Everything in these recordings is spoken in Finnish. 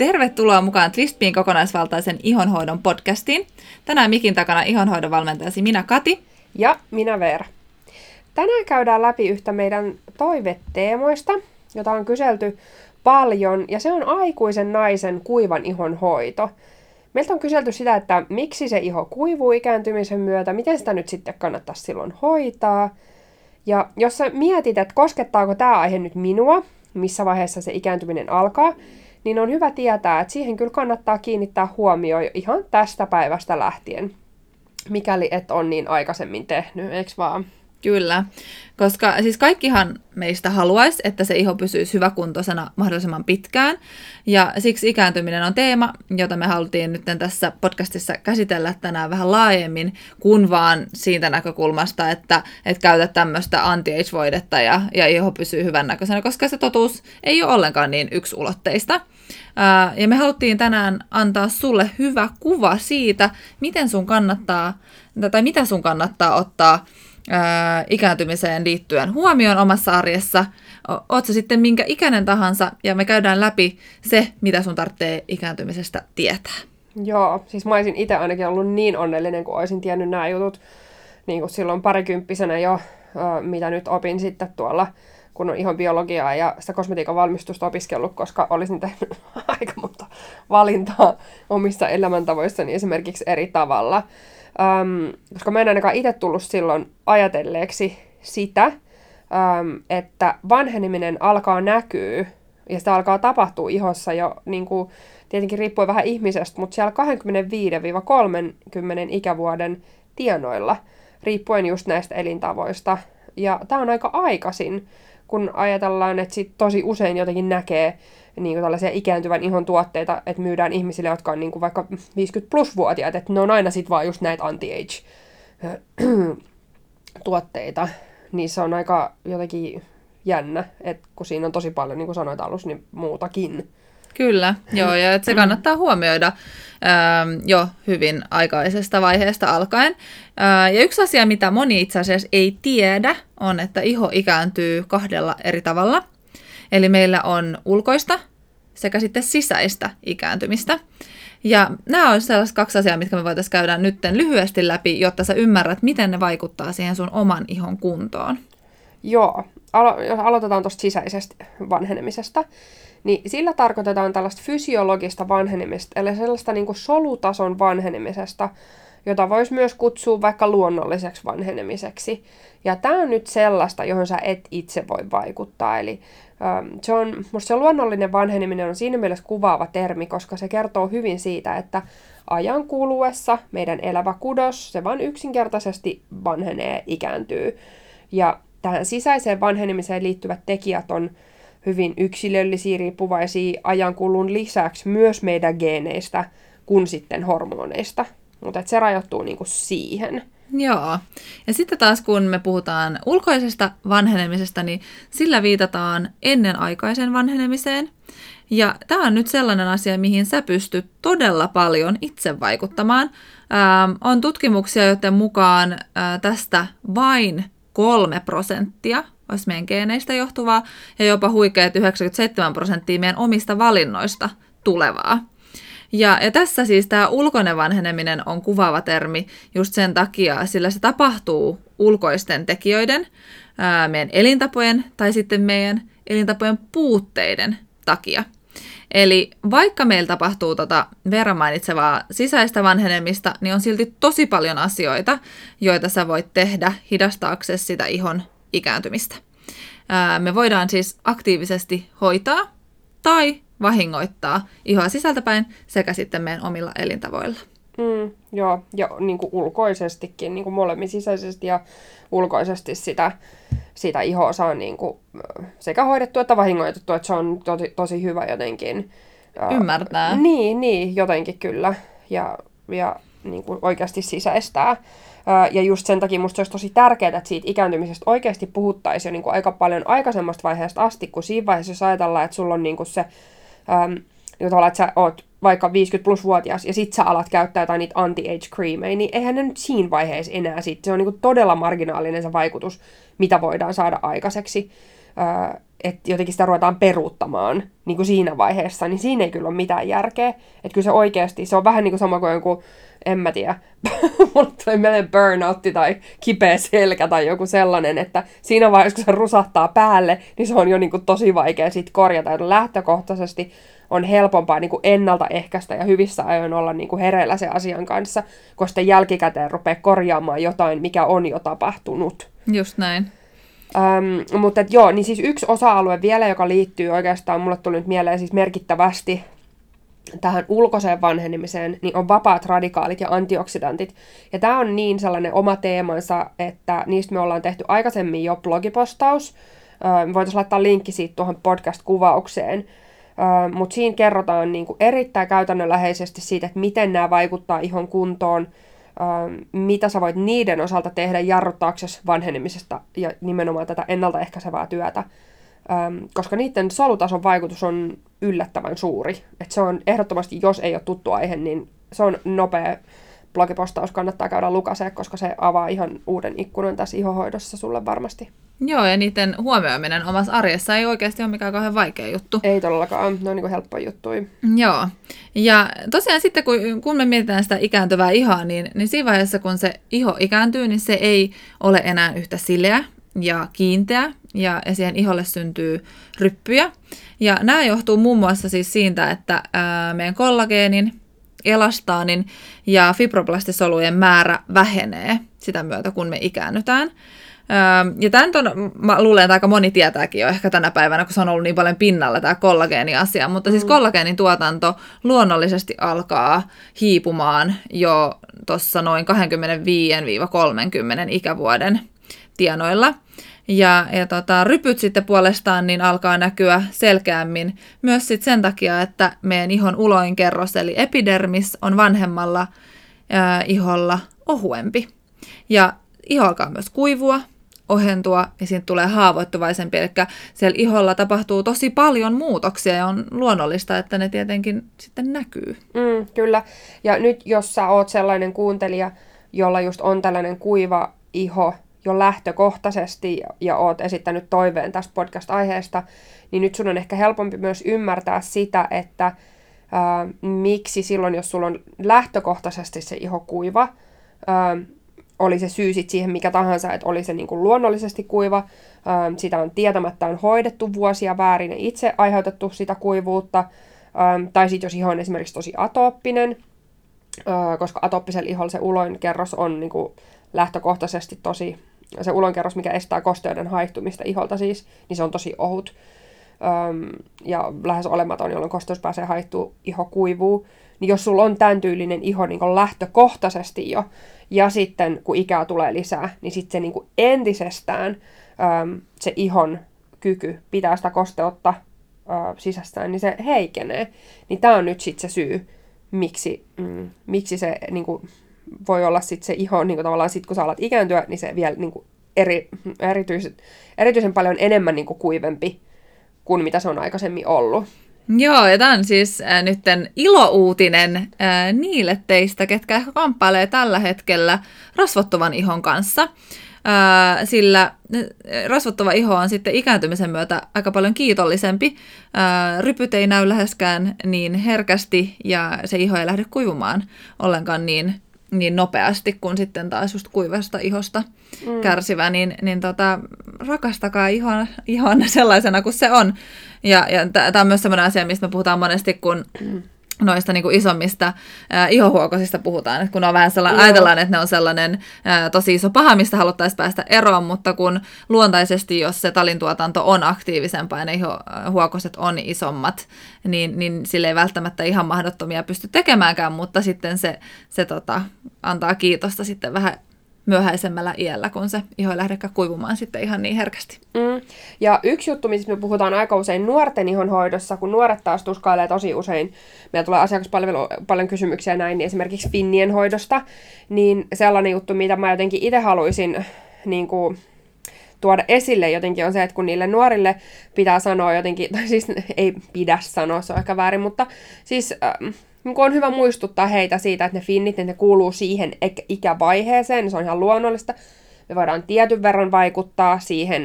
Tervetuloa mukaan Twistbeen kokonaisvaltaisen ihonhoidon podcastiin. Tänään mikin takana ihonhoidon valmentajasi minä Kati. Ja minä Veera. Tänään käydään läpi yhtä meidän toiveteemoista, jota on kyselty paljon, ja se on aikuisen naisen kuivan ihon hoito. Meiltä on kyselty sitä, että miksi se iho kuivuu ikääntymisen myötä, miten sitä nyt sitten kannattaisi silloin hoitaa. Ja jos sä mietit, että koskettaako tämä aihe nyt minua, missä vaiheessa se ikääntyminen alkaa, niin on hyvä tietää, että siihen kyllä kannattaa kiinnittää huomioon ihan tästä päivästä lähtien, mikäli et on niin aikaisemmin tehnyt, eikö vaan? Kyllä, koska siis kaikkihan meistä haluaisi, että se iho pysyisi hyväkuntoisena mahdollisimman pitkään, ja siksi ikääntyminen on teema, jota me haluttiin nyt tässä podcastissa käsitellä tänään vähän laajemmin, kuin vaan siitä näkökulmasta, että käytät tämmöistä anti-age-voidetta ja iho pysyy hyvännäköisenä, koska se totuus ei ole ollenkaan niin yksulotteista. Ja me haluttiin tänään antaa sulle hyvä kuva siitä, mitä sun kannattaa ottaa ikääntymiseen liittyen huomioon omassa arjessa. Oot sä sitten minkä ikäinen tahansa, ja me käydään läpi se, mitä sun tarvitsee ikääntymisestä tietää. Joo, siis mä olisin itse ainakin ollut niin onnellinen, kun olisin tiennyt nämä jutut niin kuin silloin parikymppisenä jo, mitä nyt opin sitten tuolla, kun on ihan biologiaa ja sitä kosmetiikan valmistusta opiskellut, koska olisin tehnyt aika monta valintaa omissa elämäntavoissani esimerkiksi eri tavalla. Koska mä en ainakaan itse tullut silloin ajatelleeksi sitä, että vanheneminen alkaa näkyä ja sitä alkaa tapahtua ihossa jo, niin kuin, tietenkin riippuen vähän ihmisestä, mutta siellä 25-30 ikävuoden tienoilla, riippuen just näistä elintavoista. Ja tää on aika aikaisin, kun ajatellaan, että sit tosi usein jotenkin näkee niin kuin tällaisia ikääntyvän ihon tuotteita, että myydään ihmisille, jotka on niin kuin vaikka 50+-vuotiaat, että ne on aina sit vaan just näitä anti-age-tuotteita. Niin se on aika jotenkin jännä, että kun siinä on tosi paljon, niin kuin sanoit alussa, niin muutakin. Kyllä, joo, ja että se kannattaa huomioida jo hyvin aikaisesta vaiheesta alkaen. Ja yksi asia, mitä moni itse asiassa ei tiedä, on, että iho ikääntyy 2 eri tavalla. Eli meillä on ulkoista sekä sitten sisäistä ikääntymistä. Ja nämä on sellaiset 2 asiaa, mitkä me voitaisiin käydä nyt lyhyesti läpi, jotta sä ymmärrät, miten ne vaikuttaa siihen sun oman ihon kuntoon. Joo, jos aloitetaan tuosta sisäisestä vanhenemisesta, niin sillä tarkoitetaan tällaista fysiologista vanhenemista, eli sellaista niin kuin solutason vanhenemisesta, jota voisi myös kutsua vaikka luonnolliseksi vanhenemiseksi. Ja tämä on nyt sellaista, johon sä et itse voi vaikuttaa. Eli musta se luonnollinen vanheneminen on siinä mielessä kuvaava termi, koska se kertoo hyvin siitä, että ajan kuluessa meidän elävä kudos, se vaan yksinkertaisesti vanhenee, ikääntyy. Ja tähän sisäiseen vanhenemiseen liittyvät tekijät on hyvin yksilöllisiä, riippuvaisia ajankulun lisäksi myös meidän geeneistä kuin sitten hormoneista. Mutta se rajoittuu niinku siihen. Joo. Ja sitten taas kun me puhutaan ulkoisesta vanhenemisesta, niin sillä viitataan ennenaikaiseen vanhenemiseen. Ja tämä on nyt sellainen asia, mihin sä pystyt todella paljon itse vaikuttamaan. On tutkimuksia, joiden mukaan tästä vain 3% olisi meidän geeneistä johtuvaa, ja jopa huikeat 97% meidän omista valinnoista tulevaa. Ja tässä siis tämä ulkoinen vanheneminen on kuvaava termi just sen takia, sillä se tapahtuu ulkoisten tekijöiden, meidän elintapojen tai sitten meidän elintapojen puutteiden takia. Eli vaikka meillä tapahtuu Veera mainitsevaa sisäistä vanhenemista, niin on silti tosi paljon asioita, joita sä voit tehdä hidastaaksesi sitä ihon ikääntymistä. Me voidaan siis aktiivisesti hoitaa tai vahingoittaa ihoa sisältäpäin sekä sitten meidän omilla elintavoilla. Joo, ja niin kuin ulkoisestikin, niin kuin molemmin sisäisesti ja ulkoisesti sitä ihoa saa niin kuin sekä hoidettu että vahingoitettu, että se on tosi hyvä jotenkin. Ymmärtää. Niin, jotenkin kyllä. Ja niin kuin oikeasti sisäistää. Ja just sen takia musta se olisi tosi tärkeää, että siitä ikääntymisestä oikeasti puhuttaisiin jo niin kuin aika paljon aikaisemmasta vaiheesta asti, kun siinä vaiheessa, jos ajatellaan, että sulla on niin kuin se, että sä oot vaikka 50+-vuotias ja sit sä alat käyttää jotain niitä anti-age creameja, niin eihän ne nyt siinä vaiheessa enää sit. Se on niin kuin todella marginaalinen se vaikutus, mitä voidaan saada aikaiseksi. että jotenkin sitä ruvetaan peruuttamaan niin kuin siinä vaiheessa, niin siinä ei kyllä ole mitään järkeä. Että kyllä se oikeasti, se on vähän niin kuin sama kuin joku, en mä tiedä, mulle tulee mieleen burnoutti tai kipeä selkä tai joku sellainen, että siinä vaiheessa, kun se rusahtaa päälle, niin se on jo niin kuin tosi vaikea sit korjata. Ja lähtökohtaisesti on helpompaa niin kuin ennaltaehkäistä ja hyvissä ajoin olla niin kuin hereillä sen asian kanssa, kun sitten jälkikäteen rupeaa korjaamaan jotain, mikä on jo tapahtunut. Just näin. Mutta joo, niin siis yksi osa-alue vielä, joka liittyy oikeastaan, mulle tuli nyt mieleen siis merkittävästi tähän ulkoiseen vanhenemiseen, niin on vapaat radikaalit ja antioksidantit. Ja tämä on niin sellainen oma teemansa, että niistä me ollaan tehty aikaisemmin jo blogipostaus. Voitaisiin laittaa linkki siitä tuohon podcast-kuvaukseen. Mutta siinä kerrotaan niinku erittäin käytännönläheisesti siitä, että miten nämä vaikuttaa ihon kuntoon, mitä sä voit niiden osalta tehdä jarruttaaksesi vanhenemisesta ja nimenomaan tätä ennaltaehkäisevää työtä. Koska niiden solutason vaikutus on yllättävän suuri. Et se on ehdottomasti, jos ei ole tuttu aihe, niin se on nopea blogipostaus, kannattaa käydä lukaseen, koska se avaa ihan uuden ikkunan tässä ihohoidossa sulle varmasti. Joo, ja niiden huomioiminen omassa arjessa ei oikeasti ole mikään kauhean vaikea juttu. Ei todellakaan, ne on niin kuin helppoja juttuja. Joo, ja tosiaan sitten kun me mietitään sitä ikääntyvää ihoa, niin siinä vaiheessa kun se iho ikääntyy, niin se ei ole enää yhtä sileä ja kiinteä, ja siihen iholle syntyy ryppyjä. Ja nämä johtuu muun muassa siis siitä, että meidän kollageenin, elastaanin ja fibroblastisolujen määrä vähenee sitä myötä, kun me ikäännytään. Ja tämän mä luulen, että aika moni tietääkin jo ehkä tänä päivänä, kun se on ollut niin paljon pinnalla tämä kollageeni-asia, mutta siis kollageenin tuotanto luonnollisesti alkaa hiipumaan jo tuossa noin 25-30 ikävuoden tienoilla. Ja rypyt sitten puolestaan niin alkaa näkyä selkeämmin myös sit sen takia, että meidän ihon uloinkerros eli epidermis on vanhemmalla iholla ohuempi. Ja iho alkaa myös kuivua, ohentua ja siitä tulee haavoittuvaisempi. Eli siellä iholla tapahtuu tosi paljon muutoksia ja on luonnollista, että ne tietenkin sitten näkyy. Kyllä. Ja nyt jos sä oot sellainen kuuntelija, jolla just on tällainen kuiva iho jo lähtökohtaisesti ja oot esittänyt toiveen tästä podcast-aiheesta, niin nyt sun on ehkä helpompi myös ymmärtää sitä, että miksi silloin, jos sulla on lähtökohtaisesti se iho kuiva, oli se syy sit siihen mikä tahansa, että oli se niin kuin luonnollisesti kuiva, sitä on tietämättä on hoidettu vuosia väärin ja itse aiheutettu sitä kuivuutta, tai sitten jos iho on esimerkiksi tosi atooppinen, koska atooppisella iholla se uloinkerros on niin kuin lähtökohtaisesti tosi, se uloinkerros, mikä estää kosteuden haihtumista iholta siis, niin se on tosi ohut ja lähes olematon, jolloin kosteus pääsee haihtuu, iho kuivuu. Niin jos sulla on tämän tyylinen iho niin kuin lähtökohtaisesti jo, ja sitten kun ikää tulee lisää, niin sitten se niin kuin entisestään se ihon kyky pitää sitä kosteutta sisästään, niin se heikenee. Niin tämä on nyt sitten se syy, miksi se niin kuin voi olla sitten se iho, niin kuin tavallaan sit kun sä alat ikääntyä, niin se vielä niin kuin erityisen paljon enemmän niin kuin kuivempi kuin mitä se on aikaisemmin ollut. Joo, ja tämä on siis nytten ilouutinen niille teistä, ketkä ehkä kamppailee tällä hetkellä rasvottuvan ihon kanssa, sillä rasvottuva iho on sitten ikääntymisen myötä aika paljon kiitollisempi. Rypyt ei näy läheskään niin herkästi ja se iho ei lähde kuivumaan ollenkaan niin nopeasti kuin sitten taas just kuivasta ihosta kärsivä, niin rakastakaa ihon sellaisena kuin se on. Ja tämä on myös sellainen asia, mistä me puhutaan monesti, kun noista niin kuin isommista ihohuokosista puhutaan, että kun on vähän sellainen, ajatellaan, että ne on sellainen tosi iso paha, mistä haluttaisiin päästä eroon, mutta kun luontaisesti, jos se talintuotanto on aktiivisempaa ja ne ihohuokoset on isommat, niin sille ei välttämättä ihan mahdottomia pysty tekemäänkään, mutta sitten se antaa kiitosta sitten vähän myöhäisemmällä iällä, kun se iho ei lähdekään kuivumaan sitten ihan niin herkästi. Ja yksi juttu, mistä me puhutaan aika usein nuorten ihonhoidossa, kun nuoret taas tuskailee tosi usein, meillä tulee asiakaspalvelu paljon kysymyksiä näin, niin esimerkiksi finnien hoidosta, niin sellainen juttu, mitä mä jotenkin itse haluaisin niin kuin tuoda esille jotenkin on se, että kun niille nuorille pitää sanoa jotenkin, tai siis ei pidä sanoa, se on ehkä väärin, mutta siis on hyvä muistuttaa heitä siitä, että ne finnit, ne kuuluu siihen ikävaiheeseen, se on ihan luonnollista. Me voidaan tietyn verran vaikuttaa siihen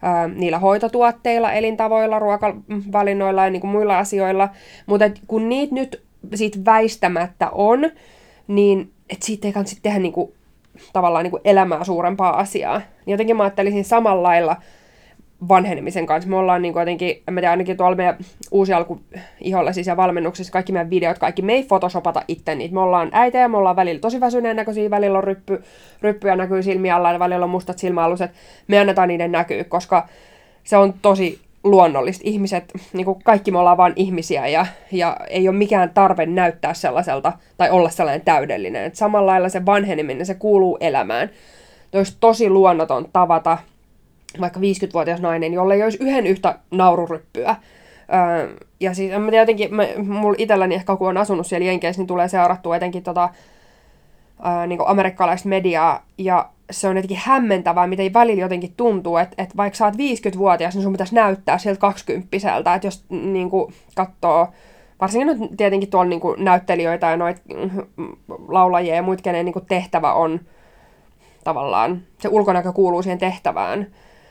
niillä hoitotuotteilla, elintavoilla, ruokavalinnoilla ja niin kuin muilla asioilla. Mutta kun niitä nyt siitä väistämättä on, niin et siitä ei kannata tehdä niin kuin, tavallaan niin kuin elämää suurempaa asiaa. Niin jotenkin mä ajattelisin samalla lailla vanhenemisen kanssa. Me ollaan niin kuin jotenkin, en mä tiedä, ainakin tuolla meidän uusi alku iholla siis ja valmennuksissa, kaikki meidän videot, kaikki me ei photoshopata itse niitä. Me ollaan äitejä, me ollaan välillä tosi väsyneen näköisiä, välillä on ryppyjä näkyy silmiä alla ja välillä on mustat silmäaluset. Me annetaan niiden näkyä, koska se on tosi luonnollista. Ihmiset, niin kuin kaikki me ollaan vaan ihmisiä ja ei ole mikään tarve näyttää sellaiselta tai olla sellainen täydellinen. Et samalla lailla se vanheneminen, se kuuluu elämään. Olisi tosi luonnoton tavata vaikka 50-vuotias nainen, jolle ei olisi yhden yhtä naururyppyä. Ja siis mä jotenkin, mulla itselläni ehkä kun on asunut siellä Jenkeissä, niin tulee seurattua etenkin niin amerikkalaista mediaa, ja se on jotenkin hämmentävää, miten välillä jotenkin tuntuu, että vaikka sä oot 50-vuotias, niin sun pitäisi näyttää sieltä 20-vuotiaalta, että jos niin kuin katsoo, varsinkin nyt tietenkin tuolla niin kuin näyttelijöitä ja noita laulajia ja muita, kenen niin kuin tehtävä on tavallaan, se ulkonäkö kuuluu siihen tehtävään,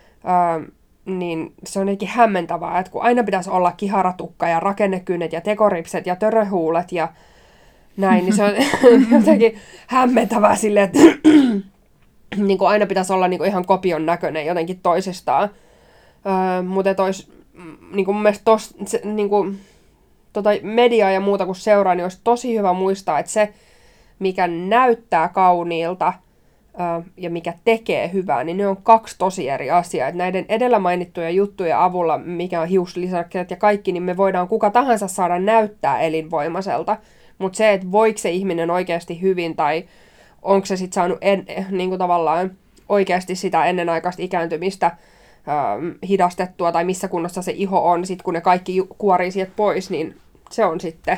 niin se on jotenkin hämmentävää, että kun aina pitäisi olla kiharatukka ja rakennekynnet ja tekoripset ja töröhuulet ja näin, niin se on jotenkin hämmentävää silleen, että niin kuin aina pitäisi olla niin kuin ihan kopion näköinen jotenkin toisistaan. Mutta olisi niin kuin mun mielestä niin kuin, mediaa ja muuta kun seuraa, niin olisi tosi hyvä muistaa, että se, mikä näyttää kauniilta ja mikä tekee hyvää, niin ne on kaksi tosi eri asiaa. Et näiden edellä mainittujen juttujen avulla, mikä on hiuslisäkset ja kaikki, niin me voidaan kuka tahansa saada näyttää elinvoimaiselta. Mutta se, että voiko se ihminen oikeasti hyvin tai onko se sitten saanut niin kuin tavallaan oikeasti sitä ennenaikaista ikääntymistä hidastettua tai missä kunnossa se iho on, sit kun ne kaikki kuorii sieltä pois, niin se on sitten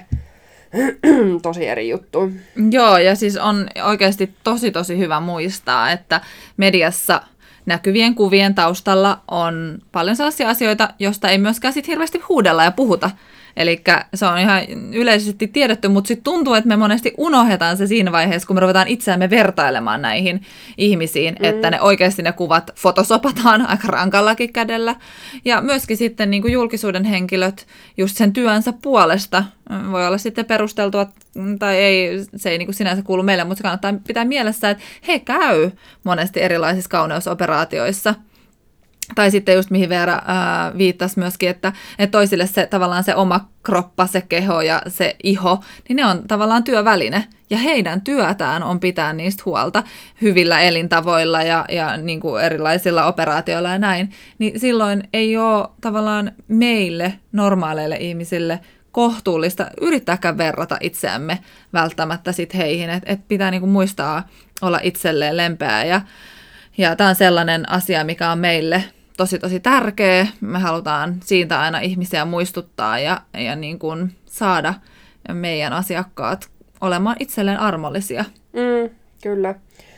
tosi eri juttu. Joo, ja siis on oikeasti tosi hyvä muistaa, että mediassa näkyvien kuvien taustalla on paljon sellaisia asioita, joista ei myöskään sit hirveästi huudella ja puhuta. Eli se on ihan yleisesti tiedetty, mutta sitten tuntuu, että me monesti unohdetaan se siinä vaiheessa, kun me ruvetaan itseämme vertailemaan näihin ihmisiin, että ne oikeasti ne kuvat fotosopataan aika rankallakin kädellä. Ja myöskin sitten niin kuin julkisuuden henkilöt just sen työnsä puolesta, voi olla sitten perusteltua tai ei, se ei niin kuin sinänsä kuulu meille, mutta se kannattaa pitää mielessä, että he käy monesti erilaisissa kauneusoperaatioissa. Tai sitten just mihin Veera viittasi myöskin, että toisille se tavallaan se oma kroppa, se keho ja se iho, niin ne on tavallaan työväline. Ja heidän työtään on pitää niistä huolta hyvillä elintavoilla ja niin kuin erilaisilla operaatioilla ja näin. Niin silloin ei ole tavallaan meille, normaaleille ihmisille, kohtuullista yrittääkään verrata itseämme välttämättä sit heihin. Että pitää niin kuin muistaa olla itselleen lempeä ja tämä on sellainen asia, mikä on meille tosi tärkeä. Me halutaan siitä aina ihmisiä muistuttaa ja niin kuin saada meidän asiakkaat olemaan itselleen armollisia. Kyllä.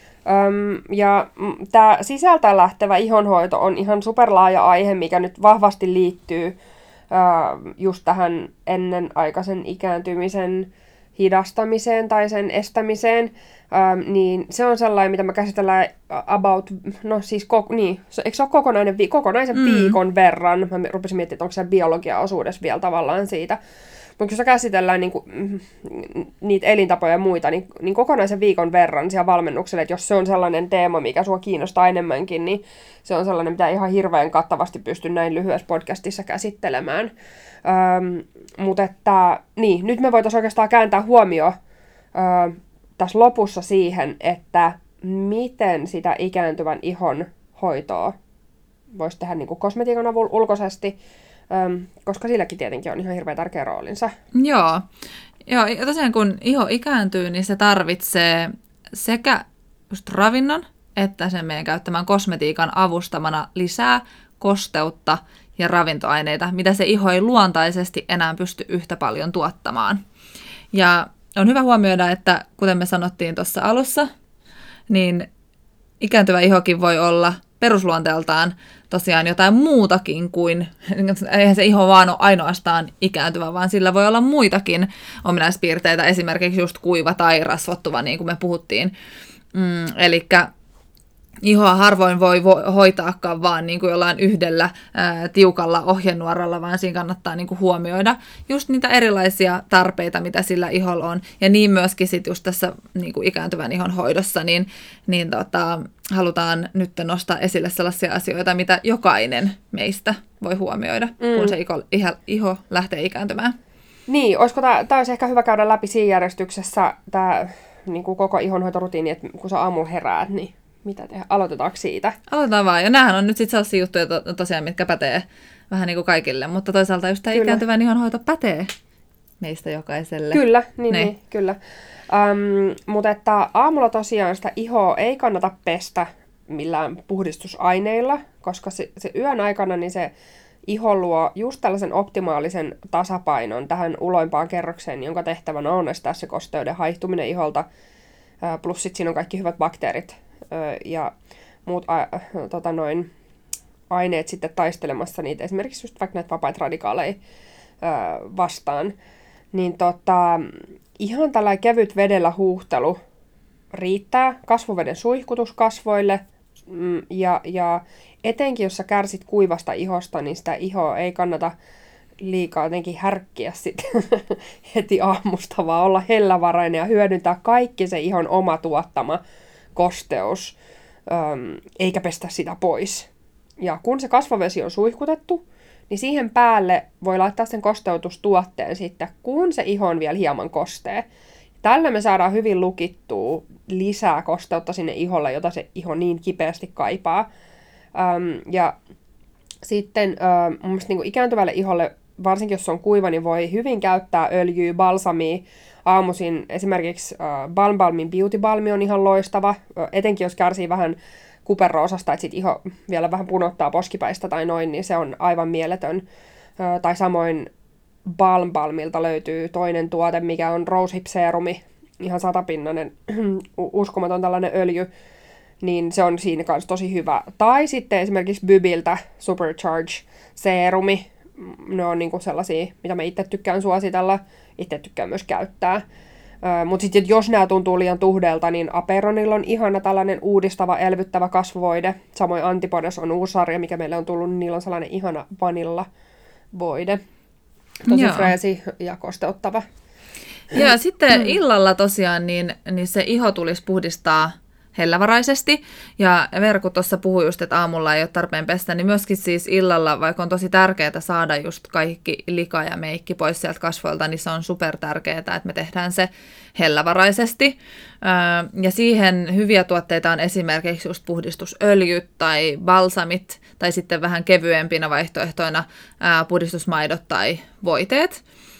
Ja tämä sisältä lähtevä ihonhoito on ihan superlaaja aihe, mikä nyt vahvasti liittyy just tähän ennenaikaisen ikääntymisen hidastamiseen tai sen estämiseen, niin se on sellainen, mitä me käsitellään about, no siis, eikö se ole kokonaisen viikon verran? Mä rupesin miettimään, että onko se biologia-osuudessa vielä tavallaan siitä. Mutta kun se käsitellään niitä elintapoja ja muita, niin kokonaisen viikon verran siellä valmennukselle, että jos se on sellainen teema, mikä sua kiinnostaa enemmänkin, niin se on sellainen, mitä ihan hirveän kattavasti pystyn näin lyhyessä podcastissa käsittelemään. Mutta että, niin, nyt me voitaisiin oikeastaan kääntää huomio tässä lopussa siihen, että miten sitä ikääntyvän ihon hoitoa voisi tehdä niin kuin kosmetiikan avulla ulkoisesti, koska silläkin tietenkin on ihan hirveän tärkeä roolinsa. Joo, ja tosiaan kun iho ikääntyy, niin se tarvitsee sekä just ravinnon, että sen meidän käyttämän kosmetiikan avustamana lisää kosteutta ja ravintoaineita, mitä se iho ei luontaisesti enää pysty yhtä paljon tuottamaan. Ja on hyvä huomioida, että kuten me sanottiin tuossa alussa, niin ikääntyvä ihokin voi olla perusluonteeltaan tosiaan jotain muutakin kuin, eihän se iho vaan ole ainoastaan ikääntyvä, vaan sillä voi olla muitakin ominaispiirteitä, esimerkiksi just kuiva tai rasvottuva, niin kuin me puhuttiin. Elikkä ihoa harvoin voi hoitaakaan vaan niin kuin jollain yhdellä tiukalla ohjenuoralla, vaan siinä kannattaa niin kuin huomioida just niitä erilaisia tarpeita, mitä sillä iholla on. Ja niin myöskin sit just tässä niin kuin ikääntyvän ihon hoidossa, niin halutaan nyt nostaa esille sellaisia asioita, mitä jokainen meistä voi huomioida, kun se iho lähtee ikääntymään. Niin, olisiko tämä olisi ehkä hyvä käydä läpi siinä järjestyksessä, tämä niin kuin koko ihonhoitorutiini, että kun sä aamulla heräät, niin mitä tehdään? Aloitetaanko siitä? Aloitetaan vaan. Ja näähän on nyt sitten sellaisia juttuja tosiaan, mitkä pätee vähän niin kuin kaikille. Mutta toisaalta just tämä ikääntyvän ihonhoito pätee meistä jokaiselle. Kyllä, niin kyllä. Mutta että aamulla tosiaan sitä ihoa ei kannata pestä millään puhdistusaineilla, koska se yön aikana niin se iho luo just tällaisen optimaalisen tasapainon tähän uloimpaan kerrokseen, jonka tehtävänä on estää se kosteuden haihtuminen iholta. Plus sit siinä on kaikki hyvät bakteerit ja muut aineet sitten taistelemassa niitä, esimerkiksi just vaikka näitä vapaita radikaaleja vastaan. Niin ihan tällainen kevyt vedellä huuhtelu riittää, kasvoveden suihkutus kasvoille ja etenkin jos sä kärsit kuivasta ihosta, niin sitä ihoa ei kannata liikaa jotenkin härkkiä sitten heti aamusta, vaan olla hellävarainen ja hyödyntää kaikki se ihon oma tuottama kosteus, eikä pestä sitä pois. Ja kun se kasvovesi on suihkutettu, niin siihen päälle voi laittaa sen kosteutustuotteen sitten, kun se iho on vielä hieman kostee. Tällä me saadaan hyvin lukittua lisää kosteutta sinne iholle, jota se iho niin kipeästi kaipaa. Ja sitten mun mielestä niin kuin ikääntyvälle iholle, varsinkin jos se on kuiva, niin voi hyvin käyttää öljyä, balsamia. Aamuisin esimerkiksi Balm Balmin Beauty Balmi on ihan loistava, etenkin jos kärsii vähän kuperroosasta, että sit iho vielä vähän punottaa poskipäistä tai noin, niin se on aivan mieletön. Tai samoin Balm Balmilta löytyy toinen tuote, mikä on Rose Hip Serumi, ihan 100-pinnainen, uskomaton tällainen öljy, niin se on siinä kanssa tosi hyvä. Tai sitten esimerkiksi Bybiltä Supercharge Serumi, ne on niinku sellaisia, mitä mä itse tykkään suositella, itse tykkään myös käyttää. Mutta sitten jos nämä tuntuu liian tuhdelta, niin Aperonilla on ihana tällainen uudistava, elvyttävä kasvovoide. Samoin Antipodes on uusi sarja, mikä meille on tullut, niin niillä on sellainen ihana vanillavoide. Tosi freesi ja kosteuttava. Ja sitten illalla tosiaan niin se iho tulisi puhdistaa hellävaraisesti. Ja Verku tuossa puhui just, että aamulla ei ole tarpeen pestä, niin myöskin siis illalla, vaikka on tosi tärkeää saada just kaikki lika ja meikki pois sieltä kasvoilta, niin se on super tärkeää, että me tehdään se hellävaraisesti. Ja siihen hyviä tuotteita on esimerkiksi just puhdistusöljyt tai balsamit, tai sitten vähän kevyempinä vaihtoehtoina puhdistusmaidot tai voiteet.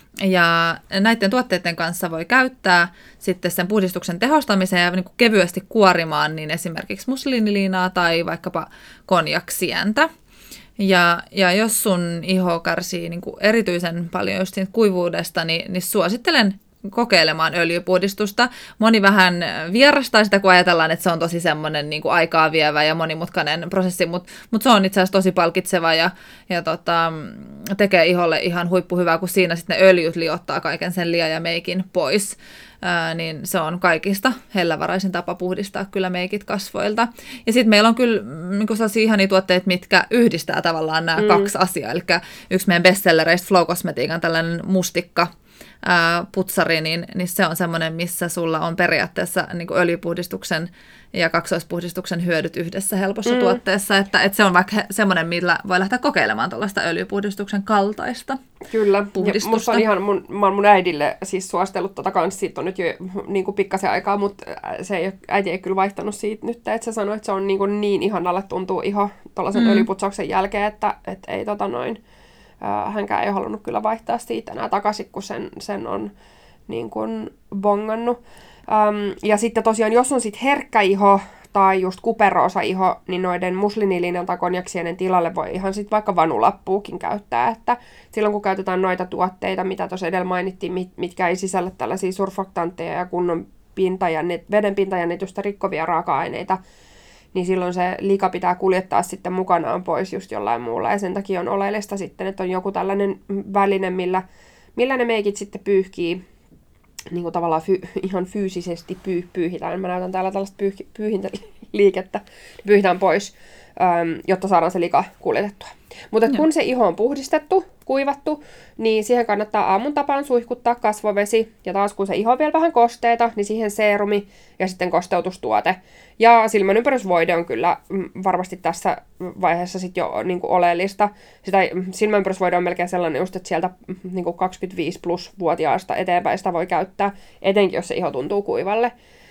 Ja näiden tuotteiden kanssa voi käyttää sitten sen puhdistuksen tehostamiseen ja niin kuin kevyesti kuorimaan niin esimerkiksi musliiniliinaa tai vaikkapa konjaksientä. Ja jos sun iho kärsii niin kuin erityisen paljon just siitä kuivuudesta, niin suosittelen kokeilemaan öljypuhdistusta. Moni vähän vierastaa sitä, kun ajatellaan, että se on tosi semmoinen niin kuin aikaa vievä ja monimutkainen prosessi, mutta se on itse asiassa tosi palkitseva ja tekee iholle ihan huippuhyvää, kun siinä sitten ne öljyt liottaa kaiken sen lian ja meikin pois. Niin se on kaikista hellävaraisin tapa puhdistaa kyllä meikit kasvoilta. Ja sitten meillä on kyllä niin sellaisia ihania tuotteita, mitkä yhdistää tavallaan nämä kaksi asiaa. Eli yksi meidän bestsellereistä Flow Cosmetiikan tällainen mustikka, putsari, niin se on semmoinen, missä sulla on periaatteessa niin kuin öljypuhdistuksen ja kaksoispuhdistuksen hyödyt yhdessä helpossa tuotteessa, että se on vaikka semmoinen, millä voi lähteä kokeilemaan tuollaista öljypuhdistuksen kaltaista puhdistusta. Musta on ihan, mä oon mun äidille siis suositellut kanssa, siitä on nyt jo niin kuin pikkasen aikaa, mutta äiti ei kyllä vaihtanut siitä nyt, että se sanoi, että se on niin ihanalle tuntuu iho tuollaisen öljyputsauksen jälkeen, että ei hänkään ei ole halunnut kyllä vaihtaa siitä enää takaisin, kun sen on niin kuin bongannut. Ja sitten tosiaan, jos on sit herkkä iho tai just kuperoosa iho, niin noiden musliniliinan tai konjaksienen tilalle voi ihan sitten vaikka vanulappuukin käyttää. Että silloin kun käytetään noita tuotteita, mitä tuossa edellä mainittiin, mitkä ei sisällä tällaisia surfaktantteja ja kunnon veden pintajännitystä rikkovia raaka-aineita, niin silloin se lika pitää kuljettaa sitten mukanaan pois just jollain muulla. Ja sen takia on oleellista sitten, että on joku tällainen väline, millä ne meikit sitten pyyhkii, niin kuin tavallaan ihan fyysisesti pyyhitään. Mä näytän täällä tällaista liikettä, pyyhitään pois, jotta saadaan se lika kuljetettua. Mutta kun se iho on puhdistettu, kuivattu, niin siihen kannattaa aamun tapaan suihkuttaa kasvovesi. Ja taas kun se iho on vielä vähän kosteita, niin siihen seerumi ja sitten kosteutustuote. Ja silmänympärysvoide on kyllä varmasti tässä vaiheessa sit jo niin kuin oleellista. Sitä silmänympärysvoide on melkein sellainen just, että sieltä niin kuin 25 plus vuotiaasta eteenpäin sitä voi käyttää, etenkin jos se iho tuntuu kuivalle.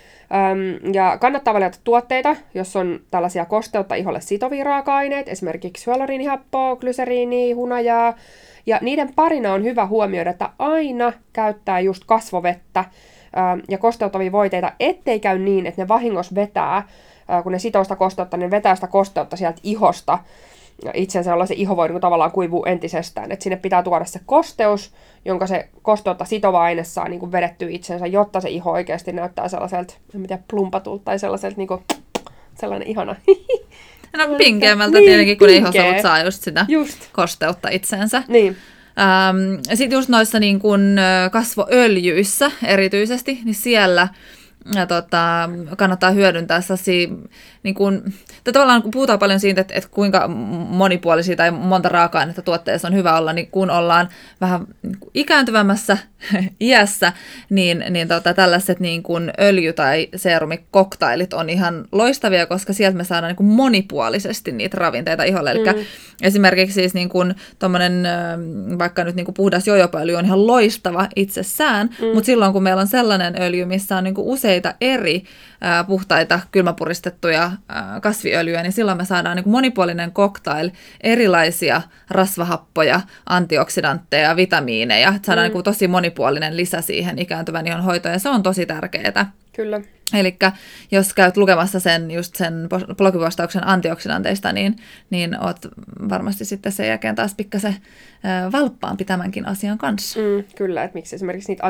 Ja kannattaa valita tuotteita, jos on tällaisia kosteutta iholle sitovia raaka-aineita, esimerkiksi hyaluriinihappoa, glyseriiniä, hunajaa. Ja niiden parina on hyvä huomioida, että aina käyttää just kasvovettä ja kosteuttavia voiteita, ettei käy niin, että ne vahingossa vetää, kun ne sitoo sitä kosteutta, niin vetää sitä kosteutta sieltä ihosta. Itsensä, jolloin se iho voi niin tavallaan kuivua entisestään. Et sinne pitää tuoda se kosteus, jonka se kosteutta sitova aine saa niin vedettyä itsensä, jotta se iho oikeasti näyttää sellaiselta, en tiedä, plumpatulta tai sellaiselta niin kuin, sellainen ihana. No pinkeämmältä niin, tietenkin, kun ihosolut saa just sitä kosteutta itseensä. Niin. Sitten just noissa niin kun kasvoöljyissä erityisesti, niin siellä kannattaa hyödyntää sellaisia, niin tavallaan kun puhutaan paljon siitä, että kuinka monipuolisia tai monta raaka-ainetta tuotteessa on hyvä olla, niin kun ollaan vähän ikääntyvämmässä iässä, niin tällaiset niin kuin öljy- tai seerumikoktailit on ihan loistavia, koska sieltä me saadaan niin kuin monipuolisesti niitä ravinteita iholle. Eli esimerkiksi siis niin kuin tommonen, vaikka nyt niin kuin puhdas jojopaöljy on ihan loistava itsessään, mutta silloin kun meillä on sellainen öljy, missä on niin kuin useita eri puhtaita kylmäpuristettuja kasviöljyjä, niin silloin me saadaan niin kuin monipuolinen cocktail, erilaisia rasvahappoja, antioksidantteja, vitamiineja. Saadaan niin kuin tosi monipuolinen lisä siihen ikääntyvän ihon hoitoon, ja se on tosi tärkeää. Kyllä. Eli jos käyt lukemassa sen blogipostauksen antioksidanteista, niin oot varmasti sitten sen jälkeen taas pikkasen valppaampi tämänkin asian kanssa. Kyllä, että miksi esimerkiksi niitä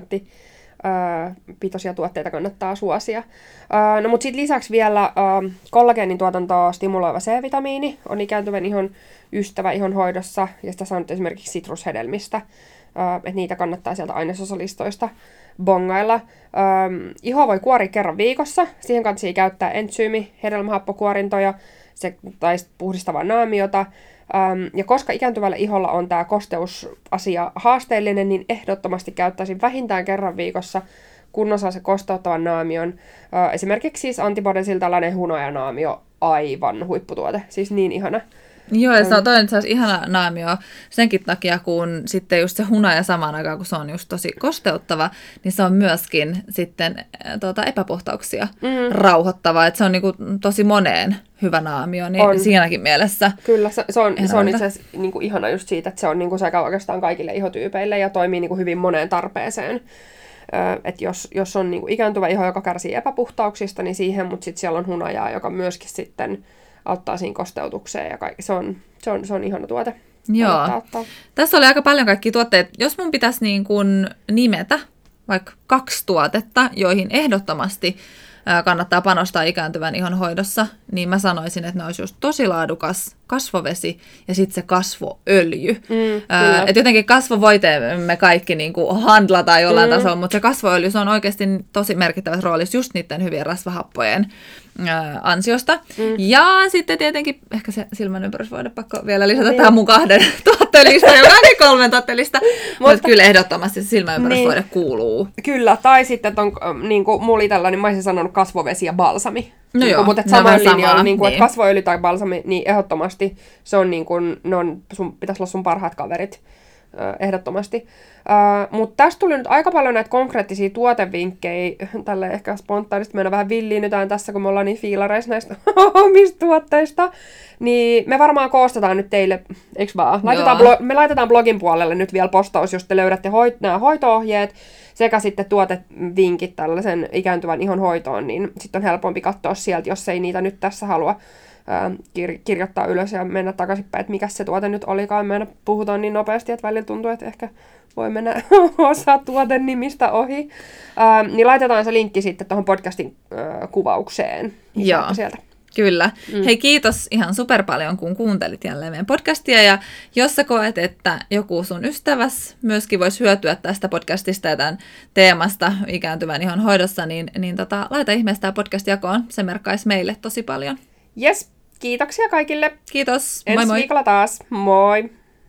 pitoisia tuotteita kannattaa suosia. No mutta sitten lisäksi vielä kollageenin tuotantoa stimuloiva C-vitamiini on ikääntyvän ihon ystävä ihon hoidossa, ja sitä saa nyt esimerkiksi sitrushedelmistä, että niitä kannattaa sieltä ainesosalistoista bongailla. Iho voi kuoria kerran viikossa, siihen kannattaa käyttää hedelmähappokuorintoja tai puhdistavaa naamiota. Ja koska ikääntyvällä iholla on tämä kosteusasia haasteellinen, niin ehdottomasti käyttäisin vähintään kerran viikossa kunnon saa se kosteuttavan naamion. Esimerkiksi siis Antibodesil tällainen hunajanaamio, aivan huipputuote, siis niin ihana. Joo, ja se on toinen ihana naamio senkin takia, kun sitten just se hunaja samaan aikaan, kun se on just tosi kosteuttava, niin se on myöskin sitten epäpuhtauksia rauhoittava. Että se on niinku tosi moneen hyvä naamio, niin on. Siinäkin mielessä. Kyllä, se on itse asiassa niinku ihana just siitä, että se on niinku sekä oikeastaan kaikille ihotyypeille ja toimii niinku hyvin moneen tarpeeseen. Että jos on niinku ikääntyvä iho, joka kärsii epäpuhtauksista, niin siihen, mutta sitten siellä on hunajaa, joka myöskin sitten auttaa siinä kosteutukseen ja kaikki. Se on ihana tuote. Joo. Tässä oli aika paljon kaikkia tuotteita. Jos mun pitäisi niin kuin nimetä vaikka 2 tuotetta, joihin ehdottomasti kannattaa panostaa ikääntyvän ihon hoidossa, niin mä sanoisin, että ne olisi just tosi laadukas kasvovesi ja sitten se kasvoöljy. Että jotenkin kasvovoiteen me kaikki niin kuin handlataan jollain tasolla, mutta se kasvoöljy se on oikeasti tosi merkittävässä roolissa just niiden hyvien rasvahappojen ansiosta. Ja sitten tietenkin ehkä se silmänympärysvoide pakko vielä lisätä tähän mun 2 tuotteellista, joka on 3 tuotteellista. Mutta kyllä ehdottomasti se silmäympärysvoide kuuluu. Kyllä, tai sitten on niin kuin mulla itsellä, niin mä olisin sanonut kasvovesi ja balsami. No joo, mutta samoin linjalla, niin että kasvoöljy tai balsami, niin ehdottomasti se on niin kuin, pitäisi olla sun parhaat kaverit. Ehdottomasti. Mutta tästä tuli nyt aika paljon näitä konkreettisia tuotevinkkejä, tälle ehkä spontaanisti meidän vähän villiinnytään tässä, kun me ollaan niin fiilareissa näistä omista tuotteista, niin me varmaan koostetaan nyt teille, eikö vaan? Me laitetaan blogin puolelle nyt vielä postaus, jos te löydätte nämä hoito-ohjeet sekä sitten tuotevinkit tällaisen ikääntyvän ihon hoitoon, niin sitten on helpompi katsoa sieltä, jos ei niitä nyt tässä halua kirjoittaa ylös ja mennä takaisinpäin, että mikä se tuote nyt olikaan. Me aina puhutaan niin nopeasti, että välillä tuntuu, että ehkä voi mennä osa tuoten nimistä ohi. Niin laitetaan se linkki sitten tuohon podcastin kuvaukseen. Joo. Sieltä. Kyllä. Hei, kiitos ihan super paljon, kun kuuntelit jälleen meidän podcastia. Ja jos sä koet, että joku sun ystäväs myöskin voisi hyötyä tästä podcastista ja tämän teemasta ikääntyvän ihon hoidossa, niin laita ihmeessä tämä podcast jakoon. Se merkkaisi meille tosi paljon. Yes, kiitoksia kaikille. Kiitos. Ensi Moi moi. viikolla taas. Moi.